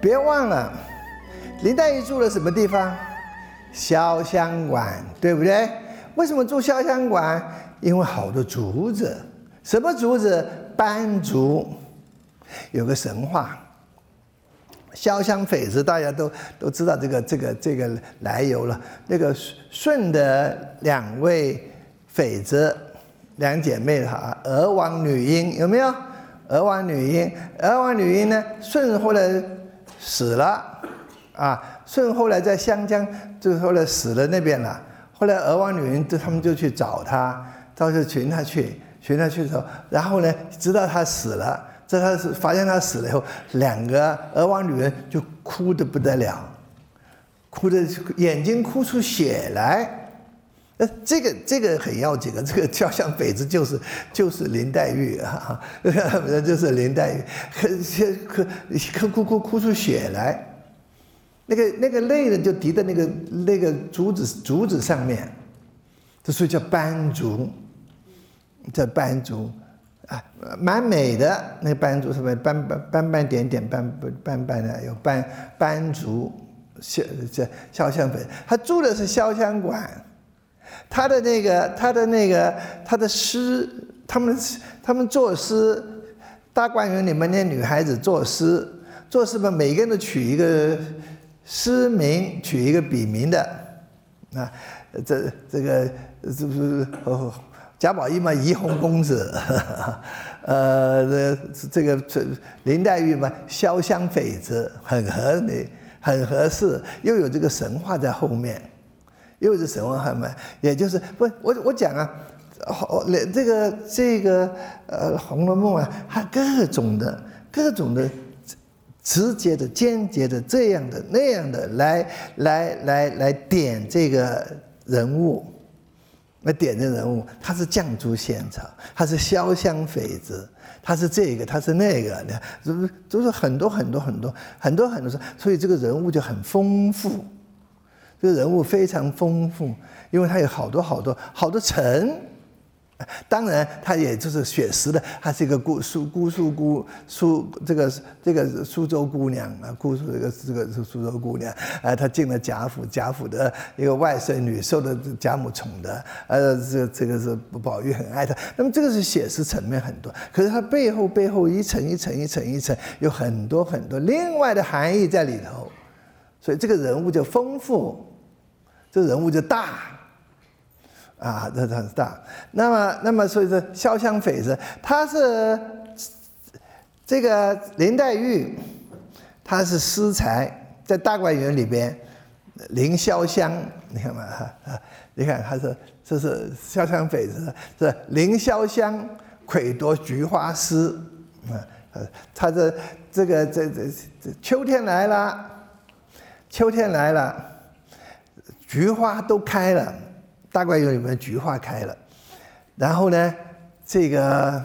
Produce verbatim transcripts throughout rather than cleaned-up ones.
别忘了，林黛玉住的什么地方？潇湘馆，对不对？为什么住潇湘馆？因为好多竹子，什么竹子？斑竹。有个神话，潇湘匪子，大家都都知道这个这个这个来由了。那个舜的两位匪子，两姐妹哈，娥王女英，有没有？娥王女英，娥王女英呢？舜后来死了，啊，舜后来在湘江，就后来死了那边了。后来娥王女英，他们就去找他，到处寻他去，寻他去的时候，然后呢，直到他死了。这他是发现他死了以后，两个娥王女人就哭得不得了，哭得眼睛哭出血来。呃，这个这个很要紧的，这个潇湘匪子就是就是林黛玉啊，就是林黛玉，可可哭哭哭出血来，那个那个泪呢就滴在那个那个竹子竹子上面，这所以叫斑竹，叫斑竹。啊，蛮美的那个斑竹，是不是斑斑斑斑点点斑斑斑的？有斑斑竹，潇这潇湘匪，他住的是潇湘馆，他的那个他的那个他的诗，他们他们作诗，大观园里面那女孩子作诗，作诗嘛，每个人都取一个诗名，取一个笔名的，啊，这这个是不是？哦，贾宝玉嘛，怡红公子，呃，这个这林黛玉嘛，潇湘匪子，很合理，很合适，又有这个神话在后面，又有这神话后面，也就是不，我我讲啊，这个这个呃，《红楼梦》啊，它各种的各种的直接的、间接的这样的那样的来来来来点这个人物。那点的人物，他是绛珠仙草，他是潇湘匪子，他是这个，他是那个，都是都是很多很多很多很多很多，所以这个人物就很丰富，这个人物非常丰富，因为他有好多好多好多层。当然，他也就是写实的，她是一个姑苏姑苏姑苏这个这个苏州姑娘啊，姑苏这个这个是苏州姑娘啊，她进了贾府，贾府的一个外甥女，受的贾母宠的，呃，这这个是宝玉很爱她。那么这个是写实层面很多，可是它背后背后一层一层一层一层有很多很多另外的含义在里头，所以这个人物就丰富，这个人物就大。啊，这很大。那么，那么，所以说潇湘匪子，他是这个林黛玉，她是诗才，在大观园里边，凌潇湘，你看嘛，啊，你看他是这是潇湘匪子，是凌潇湘，跬夺菊花诗，啊，他这这个这这这秋天来了，秋天来了，菊花都开了。大观园里面菊花开了，然后呢，这个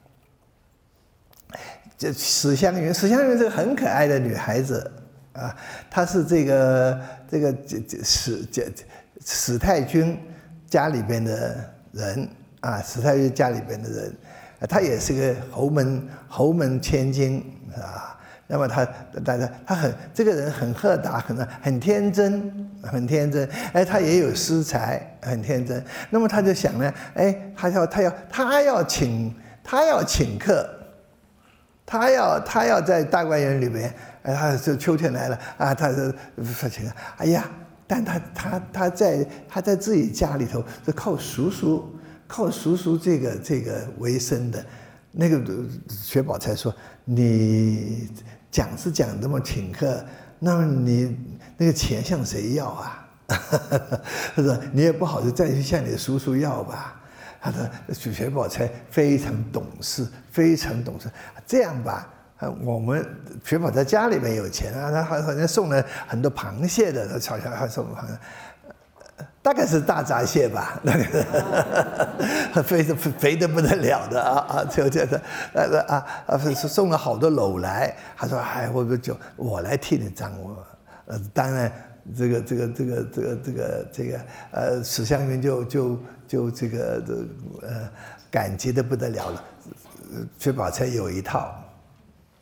这史湘云，史湘云是个很可爱的女孩子啊，她是这个这个这这史这史太君家里边的人啊，史太君家里边的人，她也是个侯门侯门千金啊。那么他大家他很这个人很豁达，很很天真，很天真。哎，他也有诗才，很天真。那么他就想呢，哎，他要他要他要请他要请客，他要他要在大观园里面，哎，他就秋天来了啊，他就说请客。哎呀，但他他他在他在自己家里头是靠叔叔靠叔叔这个这个为生的。那个薛宝钗说：“你讲是讲这么请客，那么你那个钱向谁要啊？”他说：“你也不好就再去向你的叔叔要吧。”他说：“薛宝钗非常懂事，非常懂事。这样吧，我们薛宝钗家里面有钱啊，他好像送了很多螃蟹的，他好像还送螃蟹。”大概是大闸蟹吧，那个肥的肥的不得了的啊啊！就这个呃啊啊，送了好多篓来。他说：“哎，我就我来替你掌握。”呃，当然，这个这个这个这个这个这个呃，史湘云就就就这个呃感激的不得了了。薛宝钗有一套，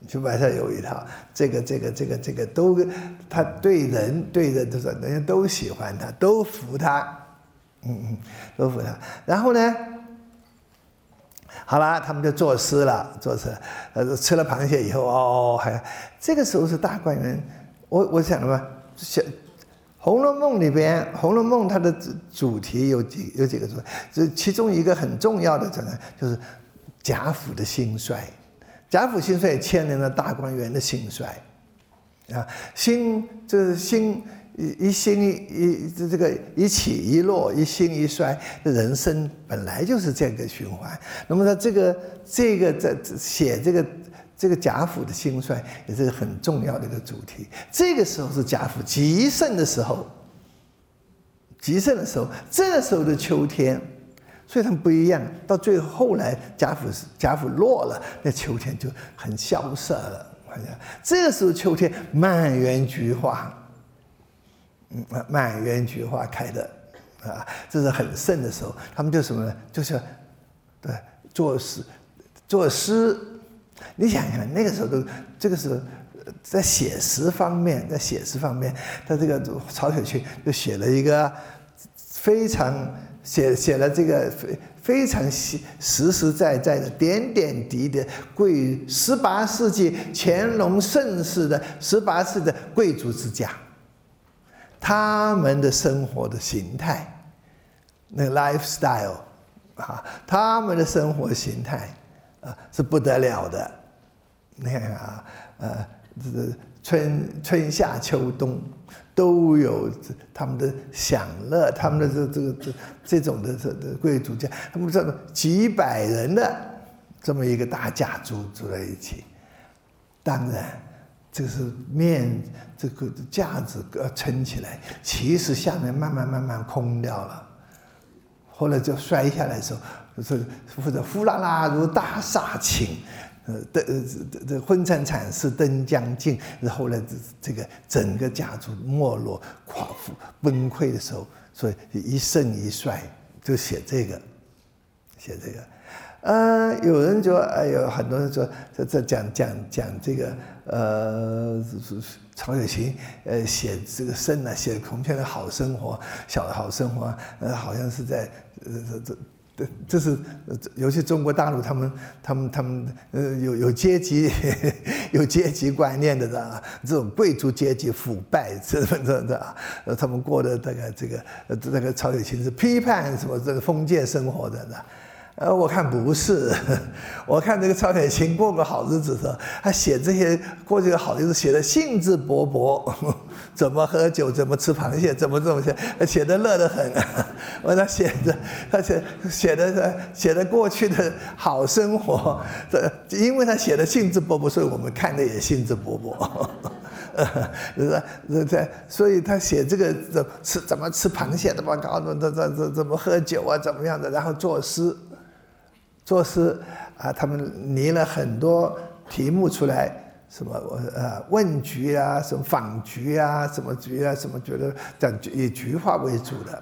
薛宝钗有一套，这个这个这个这个都，他对人对人都说人家都喜欢他，都服他，嗯嗯，都服他。然后呢，好了，他们就作诗了，作诗，呃，吃了螃蟹以后，哦，还这个时候是大观园，我我想嘛，小《红楼梦》里边，《红楼梦》它的主题有几有几个主题，这其中一个很重要的呢，就是贾府的兴衰。贾府兴衰也牵连了大观园的兴衰，啊，兴这个兴一兴一一这个一起一落，一兴一衰，人生本来就是这个循环。那么他这个这个在写这个这个贾府的兴衰，也是很重要的一个主题。这个时候是贾府极盛的时候，极盛的时候，这个时候的秋天。所以他们不一样，到最后后来贾府贾府落了，那秋天就很萧瑟了。这个时候秋天满园菊花，嗯，满园菊花开的啊，这是很盛的时候。他们就什么呢？就是对作诗，作诗。你想想那个时候都，这个时候在写实方面，在写实方面，他这个曹雪芹就写了一个非常。写写了这个非非常实实在在的点点滴滴的贵十八世纪乾隆盛世的十八世纪的贵族之家，他们的生活的形态，那个 lifestyle 啊，他们的生活形态啊是不得了的。你看啊，呃，这春春夏秋冬。都有他们的享乐，他们的这这个这这种的这这贵族家，他们这几百人的这么一个大家族住在一起，当然这是面这个架子呃撑起来，其实下面慢慢慢慢空掉了，后来就摔下来的时候，就是或者呼啦啦如大厦倾。呃，这这昏沉惨事灯将尽，后来这这个整个家族没落、垮腐、崩溃的时候，所以一盛一衰，就写这个，写这个。呃，有人说，哎有很多人说，这这讲讲讲这个，呃，曹雪芹呃写这个生啊，写孔雀的好生活，小的好生活，呃，好像是在呃这。对，这是尤其中国大陆，他们他们他们呃有有阶级有阶级观念的啊，这种贵族阶级腐败，这这这啊，他们过的这个这个这个曹雪芹是批判什么这个封建生活的呢？呃，我看不是，我看这个曹雪芹过个好日子的时候，他写这些过这个好日子写的兴致勃勃，怎么喝酒，怎么吃螃蟹，怎么怎么写，写的乐得很。我他写的，他写写的写的过去的好生活，这因为他写的兴致勃勃，所以我们看的也兴致勃勃。呃，在，所以他写这个怎吃怎么吃螃蟹，怎么搞，怎怎怎怎么喝酒啊，怎么样的，然后作诗。作诗啊，他们拟了很多题目出来，什么呃问局啊，什么访局啊，什么局啊，什么觉得讲以菊花为主的。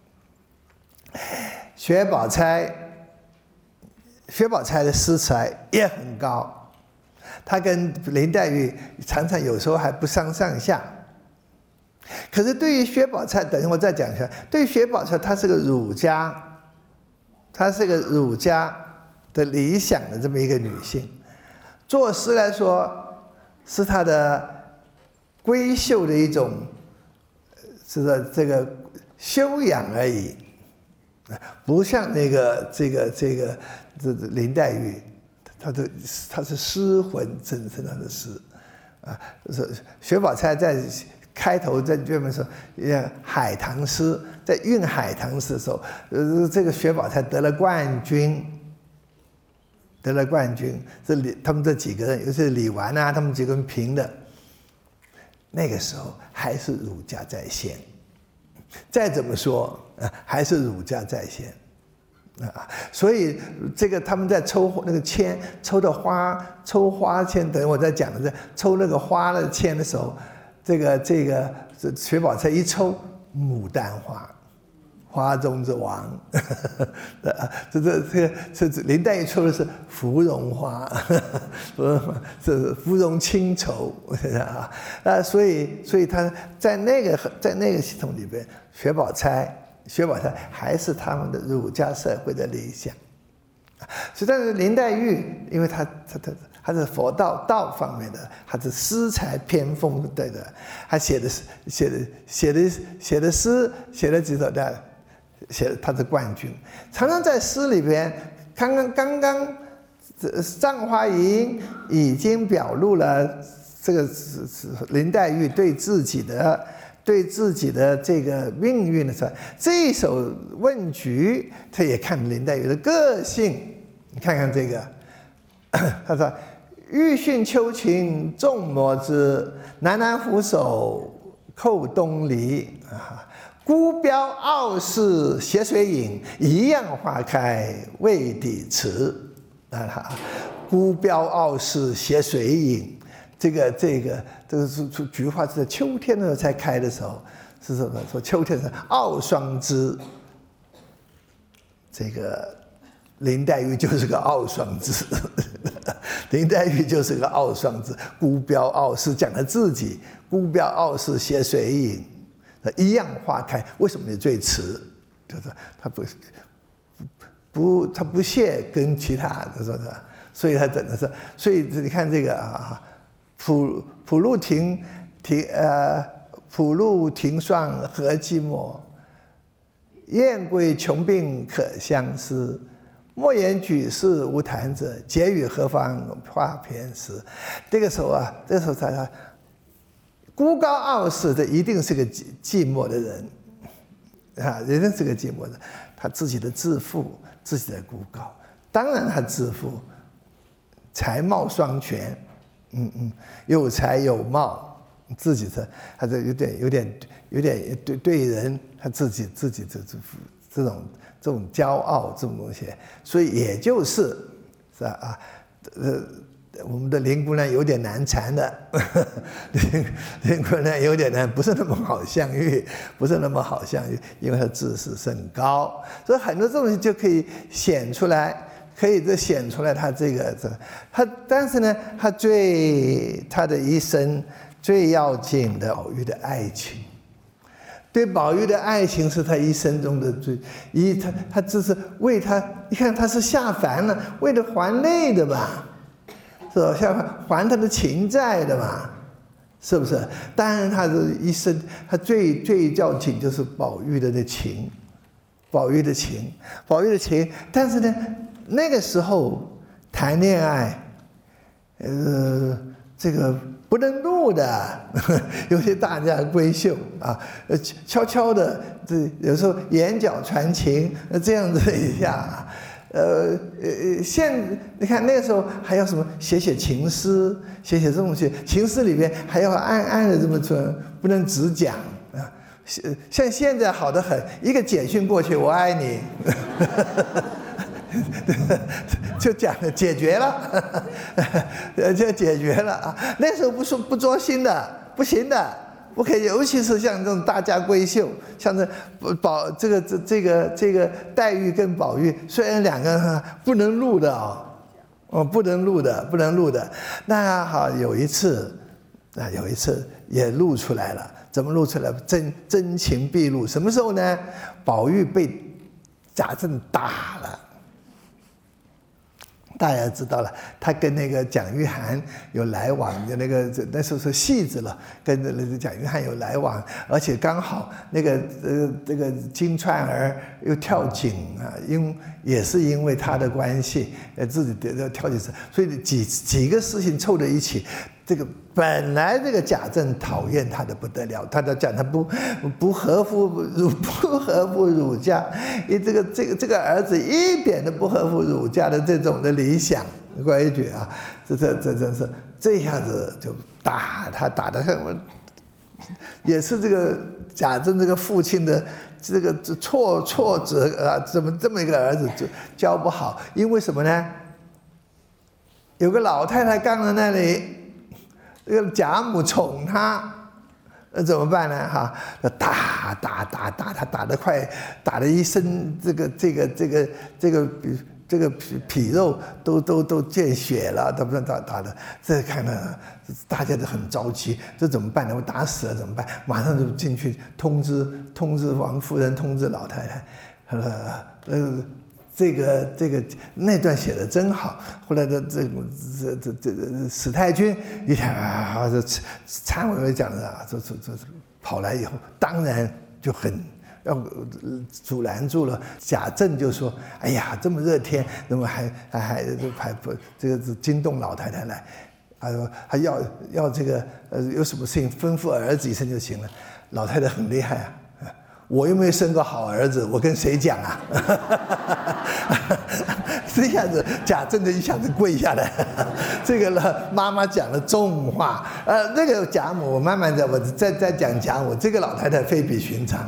薛宝钗，薛宝钗的诗才也很高，她跟林黛玉常常有时候还不相上下。可是对于薛宝钗，等一会我再讲一下。对于薛宝钗，她是个儒家，她是个儒家的理想的这么一个女性，作诗来说是她的闺秀的一种，是的这个修养而已，不像那个这个这个这林黛玉，她的她是诗魂真正的诗啊。是薛宝钗在开头在这本说，海棠诗，在韵海棠诗的时候，呃，这个薛宝钗得了冠军。得了冠军，这李他们这几个人，尤其是李纨啊，他们几个人评的。那个时候还是儒家在先，再怎么说，还是儒家在先啊。所以这个他们在抽那个签，抽的花，抽花签，等我再讲的，抽那个花的签的时候，这个这个薛宝钗一抽牡丹花， 花中之王，这这这个这林黛玉抽的是芙蓉花，芙蓉花这是芙蓉清愁啊，那所以所以他在那个在那个系统里边，薛宝钗薛宝钗还是他们的儒家社会的理想，所以但是林黛玉，因为她她她。他是佛道道方面的，他是诗才偏锋对的，他写的写的写的写的诗写了几首的，写他是冠军，常常在诗里边，刚刚刚刚《葬花吟》已经表露了这个林黛玉对自己的对自己的这个命运的时候，这一首问局，他也看林黛玉的个性，你看看这个。他说：“欲讯秋情重磨之，南南俯首扣东篱。啊，孤标傲世斜水影，一样花开未抵迟。”啊，孤标傲世斜水影，这个这个这个是菊花是在秋天的时候才开的时候，是什么？说秋天是傲霜枝，这个。林黛玉就是个傲霜枝，林黛玉就是个傲霜枝，孤标傲世讲了自己，孤标傲世斜水影，一样花开，为什么你最迟？就是他不不他不屑跟其他的说的，所以他真的是，所以你看这个啊，浦浦路亭亭呃浦路亭霜何寂寞，燕归穷病可相思。莫言举世无谈者，结语何妨花偏时。这个时候啊，这个时候他说，孤高傲世，这一定是个寂寂寞的人啊，一定是个寂寞的人。他自己的自负，自己的孤高，当然他自负，才貌双全，嗯嗯，有才有貌，自己是他这有点有点有点对对人，他自己自己这这这种。这种骄傲，这种东西，所以也就是是吧啊，呃，我们的林姑娘有点难缠的，林林姑娘有点难，不是那么好相遇，不是那么好相遇，因为她自视甚高，所以很多东西就可以显出来，可以这显出来她这个这她，但是呢，她最她的一生最要紧的宝玉的爱情。对宝玉的爱情是他一生中的最一，他他这是为他，你看他是下凡了，为了还泪的嘛，是吧？下凡还他的情债的嘛，是不是？当然他的一生，他最最要紧就是宝玉的那情，宝玉的情，宝玉的情。但是呢，那个时候谈恋爱，呃，这个。不能录的，有些大家闺秀啊，呃，悄悄的，这有时候眼角传情，这样子一下，呃呃，现你看那个时候还要什么写写情诗，写写这种写情诗里边还要暗暗的这么说，不能直讲啊。像现在好得很，一个简讯过去，我爱你。就讲了解决了，就解决了啊！那时候不说不捉心的，不行的，不可以。尤其是像这种大家闺秀，像这宝这个这这个这个黛玉跟宝玉，虽然两个人不能录的哦，哦不能录的，不能录的。那好，有一次啊，有一次也录出来了，怎么录出来？真真情毕露。什么时候呢？宝玉被贾政打了。大家知道了，他跟那个蒋玉菡有来往，那个那时候是戏子了，跟那个蒋玉菡有来往，而且刚好那个呃这个金钏儿又跳井啊，因也是因为他的关系，呃自己得跳井，所以几几个事情凑在一起。这个本来这个贾政讨厌他的不得了，他都讲他不不合乎儒不合乎儒家，因为这个这个这个儿子一点都不合乎儒家的这种的理想规矩啊，这这这真是这下子就打他打的很，也是这个贾政这个父亲的这个挫挫折啊，怎么这么一个儿子就教不好？因为什么呢？有个老太太刚在那里。这个贾母宠他， 那怎么办呢？哈，打打打打他打得快，打得一身这个这个这个这个这个皮皮肉都都都见血了，都不知道打打的。这看了大家都很着急，这怎么办呢？我打死了怎么办？马上就进去通知通知王夫人，通知老太太，呃呃。这个这个那段写的真好，后来的这这这这这史太君一看啊，这参委会讲的啊，这这这跑来以后，当然就很要阻拦住了。贾政就说：“哎呀，这么热天，那么还还还还不这个惊动老太太来，还说还要要这个呃有什么事情吩咐儿子一声就行了。”老太太很厉害啊。我又没有生个好儿子，我跟谁讲啊？这下子贾政就一下子跪下来，这个呢，妈妈讲了重话，呃，那个贾母，我慢慢在我再再讲贾母，这个老太太非比寻常，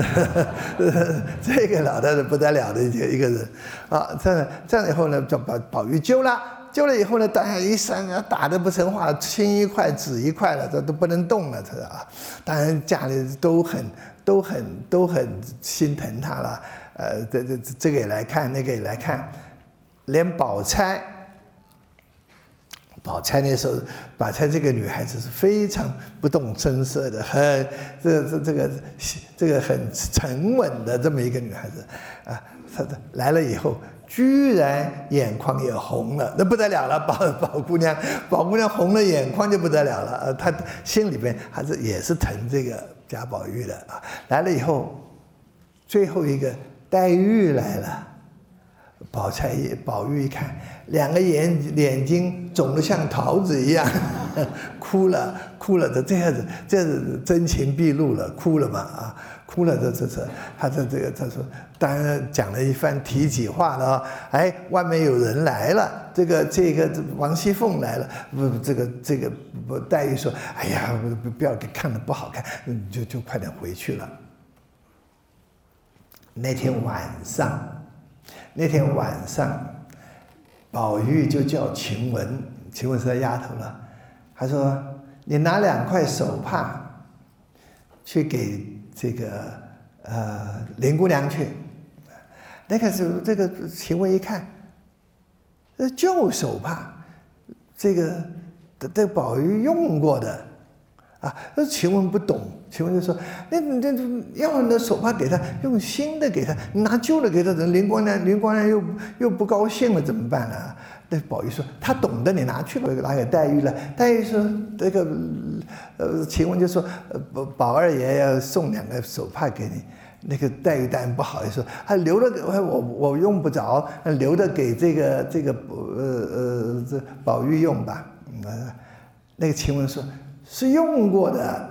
这个老太太不得了的一个一个人啊，这样这样以后呢，就把宝玉揪了。揪了以后呢，大家一扇啊，打得不成话，青一块紫一块了，这都不能动了，这啊，当然家里都很都很都很心疼他了，呃，这这这个也来看，那个也来看，连宝钗，宝钗那时候，宝钗这个女孩子是非常不动声色的，很这这这个这个很沉稳的这么一个女孩子啊，她来了以后。居然眼眶也红了，那不得了了！宝宝姑娘，宝姑娘红了眼眶就不得了了。呃，她心里边还是也是疼这个贾宝玉的啊。来了以后，最后一个黛玉来了，宝钗宝玉一看，两个眼眼睛肿得像桃子一样，哭了哭了的，这下子这是真情毕露了，哭了嘛啊。哭了，这这这，他这这个他说，当然讲了一番提己话了，哎，外面有人来了，这个这个王熙凤来了，不这个这个不黛玉说，哎呀，不不要给看的不好看，就就快点回去了。那天晚上，那天晚上，宝玉就叫晴雯，晴雯是他丫头了，他说你拿两块手帕去给。这个呃林姑娘去，那个时候这个晴雯一看，呃旧手帕，这个这宝玉用过的，啊，那晴雯不懂，晴雯就说：“那那要你的手帕给他，用新的给他，拿旧的给他，人林姑娘林姑娘又又不高兴了，怎么办呢？”那宝玉说：“他懂得，你拿去吧，拿给黛玉了。”黛玉说：“这个，呃，晴雯就说，呃，宝二爷要送两个手帕给你。”那个黛玉当然不好意思说：“还留着我我用不着，留着给这个这个呃呃这宝玉用吧。”嗯，那个晴雯说：“是用过的。”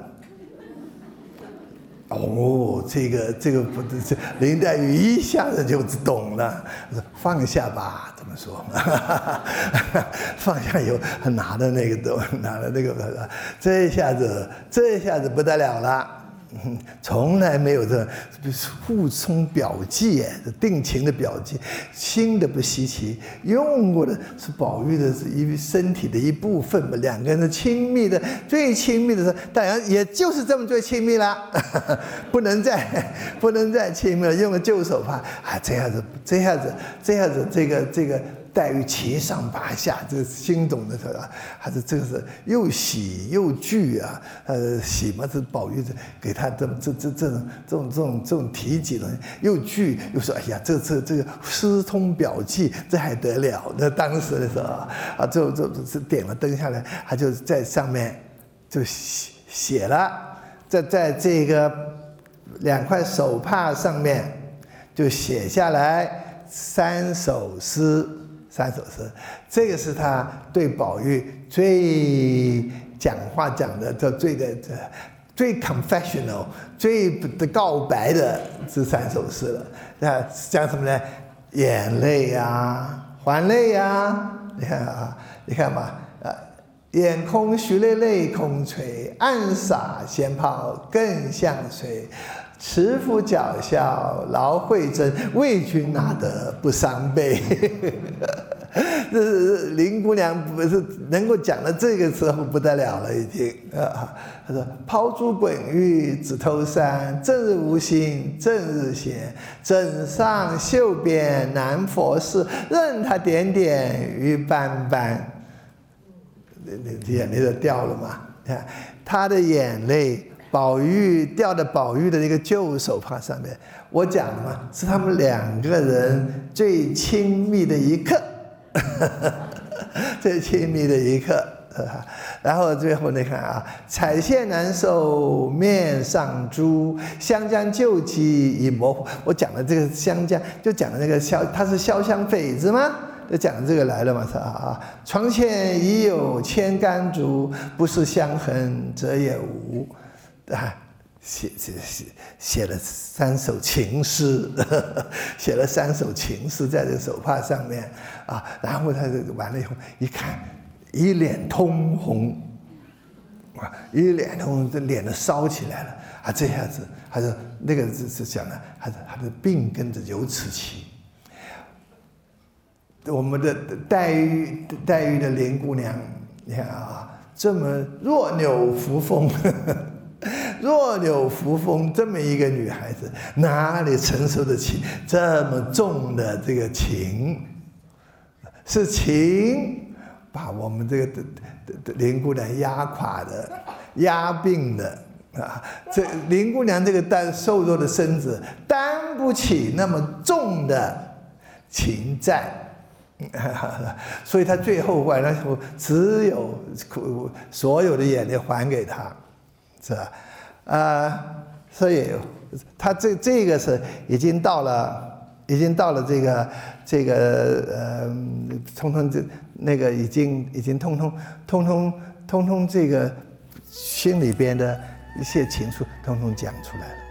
哦，这个这个不这林黛玉一下子就懂了，说放下吧，怎么说？放下以后，拿的那个都拿了那个，这下子这下子不得了了。从来没有这互充表记哎，定情的表记，新的不稀奇，用过的是宝玉的一身体的一部分嘛，两个人的亲密的最亲密的时候，当然也就是这么最亲密了，不能再不能再亲密了，用了旧手帕啊，这样子这样子这样子这个这个。黛玉七上八下，这个心懂的啊，还是这个是又喜又惧啊。呃，喜嘛是宝玉给他这这这这种这种这种这种提己的，又惧又说，哎呀，这这这个私通表记，这还得了？那当时的时候啊，就就就点了灯下来，他就在上面就写写了，在在这个两块手帕上面就写下来三首诗。三首诗，这个是他对宝玉最讲话讲的，这最的最 confessional 最的告白的这三首诗了。那讲什么呢？眼泪呀，还泪呀，你看啊，你看嘛，啊，眼空虚泪泪空垂，暗洒仙泡更像水。慈父脚下劳惠真，为君哪得不伤悲？ 这是林姑娘不是能够讲到这个时候不得了了，已经啊。她说：“抛珠滚玉指头山，正日无心正日闲。枕上绣匾南佛寺，任他点点玉斑斑。”眼泪都掉了嘛？看她的眼泪，宝玉掉的宝玉的那个旧手帕上面，我讲了嘛，是他们两个人最亲密的一刻。最亲密的一刻，然后最后你看啊，彩线难收面上珠，湘江旧迹已模糊。我讲的这个湘江，就讲的那个潇，他是潇湘匪子吗？就讲的这个来了嘛，是啊，床前已有千竿竹，不是香痕则也无，啊。写写写写了三首情诗，写了三首情诗在这个手帕上面啊，然后他就完了以后一看，一脸通红，啊，一脸通红，这脸都烧起来了啊！这下子，他说那个是是讲的，他的他的病根子由此起。我们的黛玉黛玉的林姑娘，你看啊，这么弱扭扶风。弱扭扶风，这么一个女孩子，哪里承受得起这么重的这个情？是情把我们这个林姑娘压垮的、压病的啊！这林姑娘这个担瘦弱的身子，担不起那么重的情债。所以她最后完了以后，只有所有的眼泪还给她。是吧？呃，所以他这这个是已经到了，已经到了这个这个呃，通通这那个已经已经通通通通通通这个心里边的一些情愫，通通讲出来了。